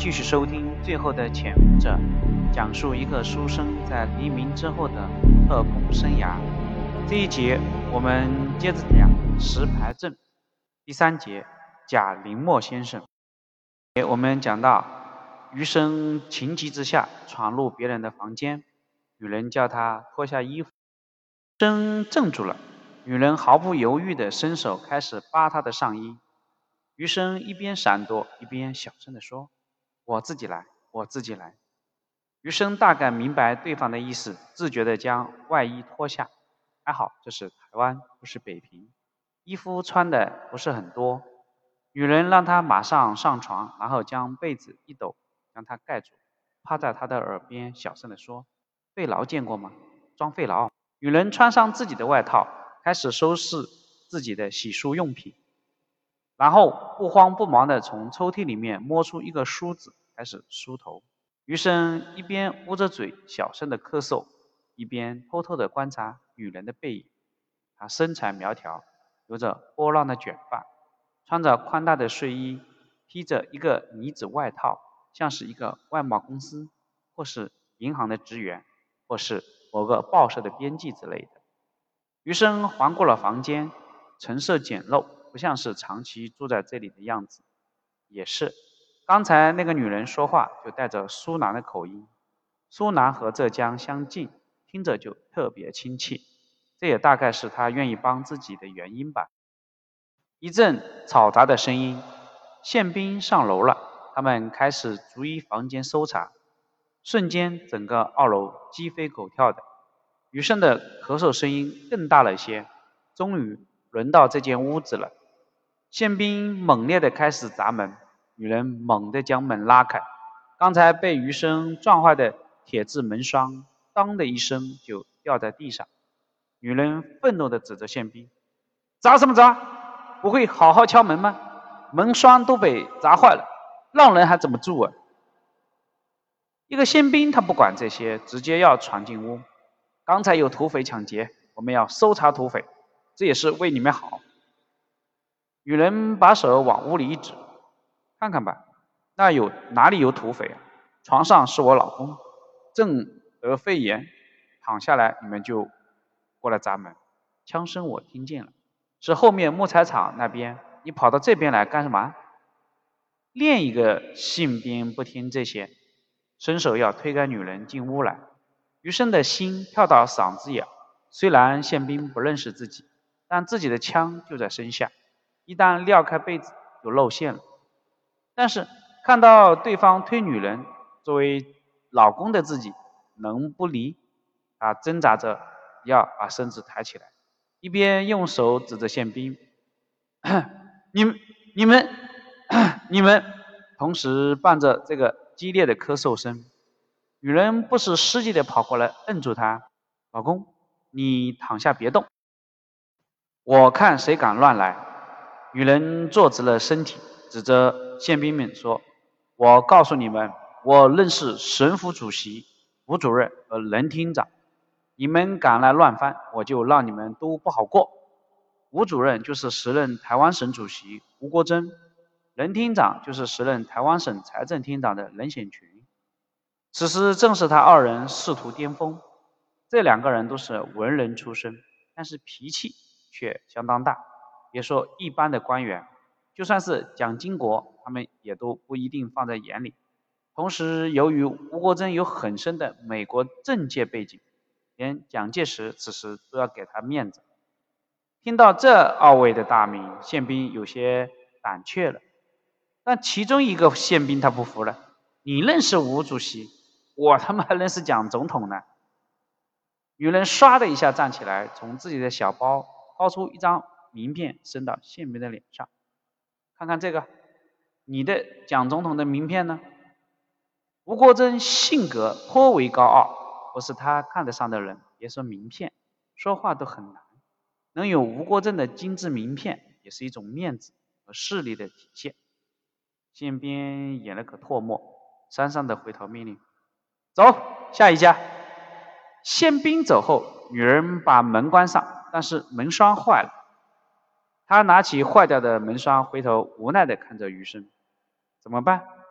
继续收听《最后的潜伏者》，讲述一个书生在黎明之后的特工生涯。这一节我们接着讲石牌镇。第3节贾林默先生。我们讲到余生情急之下闯入别人的房间，女人叫他脱下衣服，余生怔住了。女人毫不犹豫地伸手开始扒他的上衣，余生一边闪躲一边小声地说：我自己来，我自己来。余生大概明白对方的意思，自觉地将外衣脱下。还好这是台湾，不是北平，衣服穿的不是很多。女人让他马上上床，然后将被子一抖将他盖住，趴在他的耳边小声地说：肺痨见过吗？装肺痨。女人穿上自己的外套，开始收拾自己的洗漱用品，然后不慌不忙地从抽屉里面摸出一个梳子，开始梳头。余生一边捂着嘴小声地咳嗽，一边偷偷地观察女人的背影。她身材苗条，留着波浪的卷发，穿着宽大的睡衣，披着一个呢子外套，像是一个外贸公司或是银行的职员，或是某个报社的编辑之类的。余生环顾了房间，陈设简陋，不像是长期住在这里的样子。也是，刚才那个女人说话就带着苏南的口音，苏南和浙江相近，听着就特别亲切，这也大概是她愿意帮自己的原因吧。一阵嘈杂的声音，宪兵上楼了，他们开始逐一房间搜查，瞬间整个2楼鸡飞狗跳的。余生的咳嗽声音更大了些，终于轮到这间屋子了。宪兵猛烈地开始砸门，女人猛地将门拉开，刚才被余生撞坏的铁质门栓当的一声就掉在地上。女人愤怒地指着宪兵：砸什么砸？不会好好敲门吗？门栓都被砸坏了，让人还怎么住啊？一个宪兵他不管这些，直接要闯进屋。刚才有土匪抢劫，我们要搜查土匪，这也是为你们好。女人把手往屋里一指：看看吧，哪里有土匪啊？床上是我老公，正得肺炎，躺下来你们就过来砸门。枪声我听见了，是后面木材厂那边，你跑到这边来干什么？另一个宪兵不听这些，伸手要推开女人进屋来。余生的心跳到嗓子眼，虽然宪兵不认识自己，但自己的枪就在身下，一旦撂开被子就露馅了。但是看到对方推女人，作为老公的自己能不离？他挣扎着要把身子抬起来，一边用手指着宪兵：你们，同时伴着这个激烈的咳嗽声。女人不时失际地跑过来摁住他：老公，你躺下别动，我看谁敢乱来。女人坐直了身体，指着宪兵们说：我告诉你们，我认识省府主席、吴主任和任厅长，你们敢来乱翻，我就让你们都不好过。吴主任就是时任台湾省主席吴国桢，任厅长就是时任台湾省财政厅长的任显群。此时正是他2人仕途巅峰，这2个人都是文人出身，但是脾气却相当大。别说一般的官员，就算是蒋经国，他们也都不一定放在眼里。同时，由于吴国桢有很深的美国政界背景，连蒋介石此时都要给他面子。听到这2位的大名，宪兵有些胆怯了。但其中一个宪兵他不服了：你认识吴主席？我他妈还认识蒋总统呢！女人唰的一下站起来，从自己的小包掏出一张名片，伸到宪兵的脸上：看看这个，你的蒋总统的名片呢？吴国桢性格颇为高傲，不是他看得上的人，别说名片，说话都很难。能有吴国桢的精致名片，也是一种面子和势力的体现。宪兵演了个唾沫，讪讪的回头命令：走，下一家。宪兵走后，女人把门关上，但是门栓坏了。她拿起坏掉的门栓，回头无奈地看着余生：怎么办？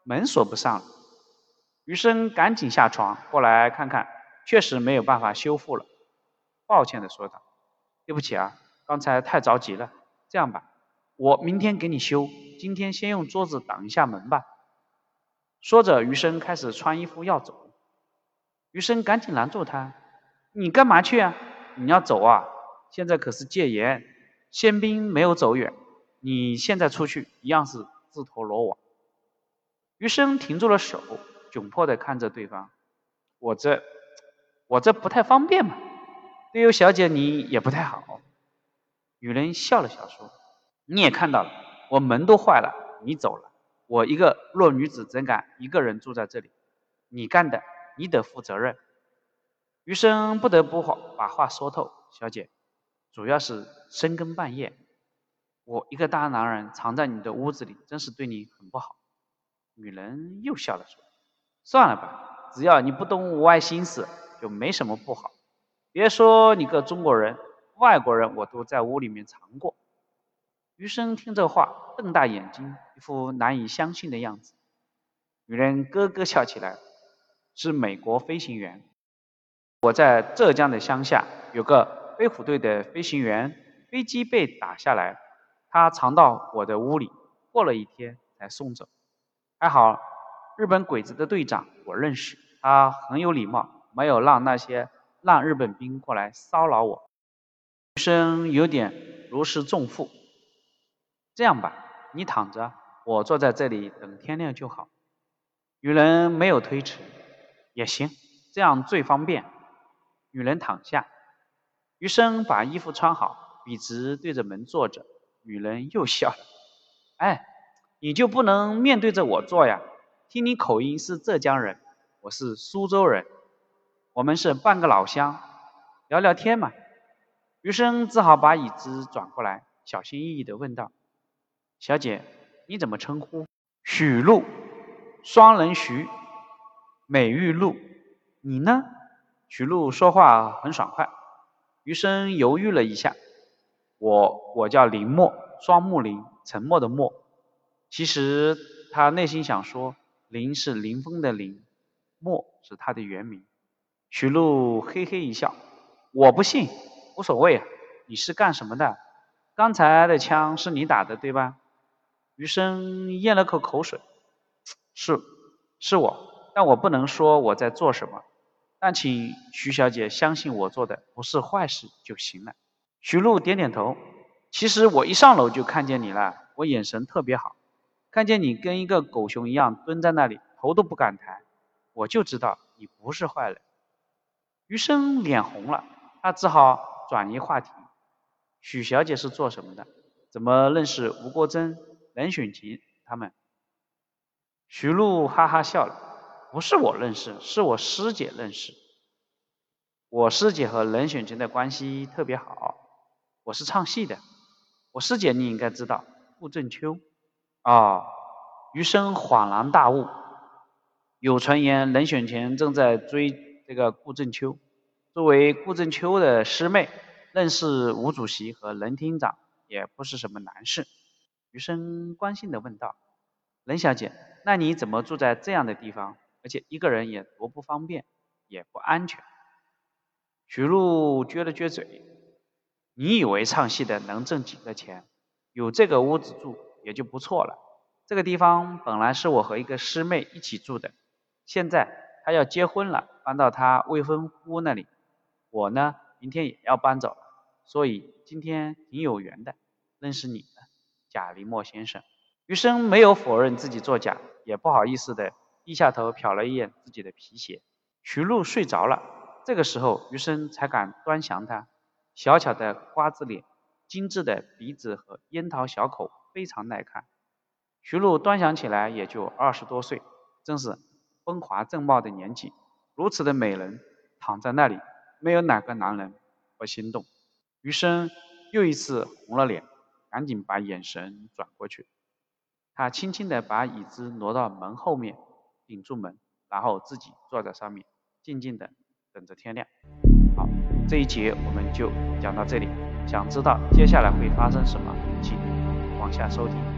门锁不上了。余生赶紧下床过来看看，确实没有办法修复了，抱歉地说道：对不起啊，刚才太着急了，这样吧，我明天给你修，今天先用桌子挡一下门吧。说着，余生开始穿衣服要走。余生赶紧拦住他：你干嘛去啊？你要走啊？现在可是戒严，宪兵没有走远，你现在出去一样是自投罗网。余生停住了手，窘迫地看着对方：我这不太方便嘛，对于小姐你也不太好。女人笑了笑说：你也看到了，我门都坏了，你走了，我一个弱女子怎敢一个人住在这里？你干的，你得负责任。余生不得不把话说透：小姐，主要是深更半夜，我一个大男人藏在你的屋子里，真是对你很不好。女人又笑了说：算了吧，只要你不动屋外心思，就没什么不好。别说你个中国人，外国人我都在屋里面藏过。余生听这话，瞪大眼睛，一副难以相信的样子。女人咯咯笑起来：是美国飞行员。我在浙江的乡下有个飞虎队的飞行员，飞机被打下来，他藏到我的屋里，过了一天才送走。还好日本鬼子的队长我认识，他很有礼貌，没有让那些烂日本兵过来骚扰我。余生有点如释重负。这样吧，你躺着，我坐在这里等天亮就好。女人没有推迟：也行，这样最方便。女人躺下，余生把衣服穿好，笔直对着门坐着。女人又笑了：哎，你就不能面对着我坐呀？听你口音是浙江人，我是苏州人，我们是半个老乡，聊聊天嘛。余生只好把椅子转过来，小心翼翼地问道：小姐，你怎么称呼？许露，双人徐，美玉露。你呢？许露说话很爽快。余生犹豫了一下：我叫林默，双木林，沉默的默。其实他内心想说，林是林峰的林，默是他的原名。许露嘿嘿一笑：我不信，无所谓啊。你是干什么的？刚才的枪是你打的对吧？余生咽了口口水：是我，但我不能说我在做什么，但请徐小姐相信我做的不是坏事就行了。徐璐点点头：其实我一上楼就看见你了，我眼神特别好，看见你跟一个狗熊一样蹲在那里，头都不敢抬，我就知道你不是坏人。余生脸红了，他只好转移话题：许小姐是做什么的？怎么认识吴国珍、任选琴他们？徐璐哈哈笑了：不是我认识，是我师姐认识。我师姐和任选琴的关系特别好，我是唱戏的。我师姐你应该知道，顾正秋。哦，余生恍然大悟，有传言任选琴正在追这个顾正秋。作为顾正秋的师妹，认识吴主席和任厅长也不是什么难事。余生关心地问道：任小姐，那你怎么住在这样的地方，而且一个人也多不方便，也不安全？徐璐撅了撅嘴：你以为唱戏的能挣几个钱？有这个屋子住也就不错了。这个地方本来是我和一个师妹一起住的，现在她要结婚了，搬到她未婚夫那里。我呢，明天也要搬走了，所以今天挺有缘的，认识你了，贾林默先生。余生没有否认自己作假，也不好意思的低下头瞟了一眼自己的皮鞋。徐璐睡着了，这个时候余生才敢端详她，小巧的瓜子脸，精致的鼻子和樱桃小口非常耐看。徐璐端详起来也就20多岁，正是风华正茂的年纪，如此的美人躺在那里，没有哪个男人不心动。余生又一次红了脸，赶紧把眼神转过去。他轻轻地把椅子挪到门后面，顶住门，然后自己坐在上面，静静地等着天亮。好，这一节我们就讲到这里。想知道接下来会发生什么，请往下收听。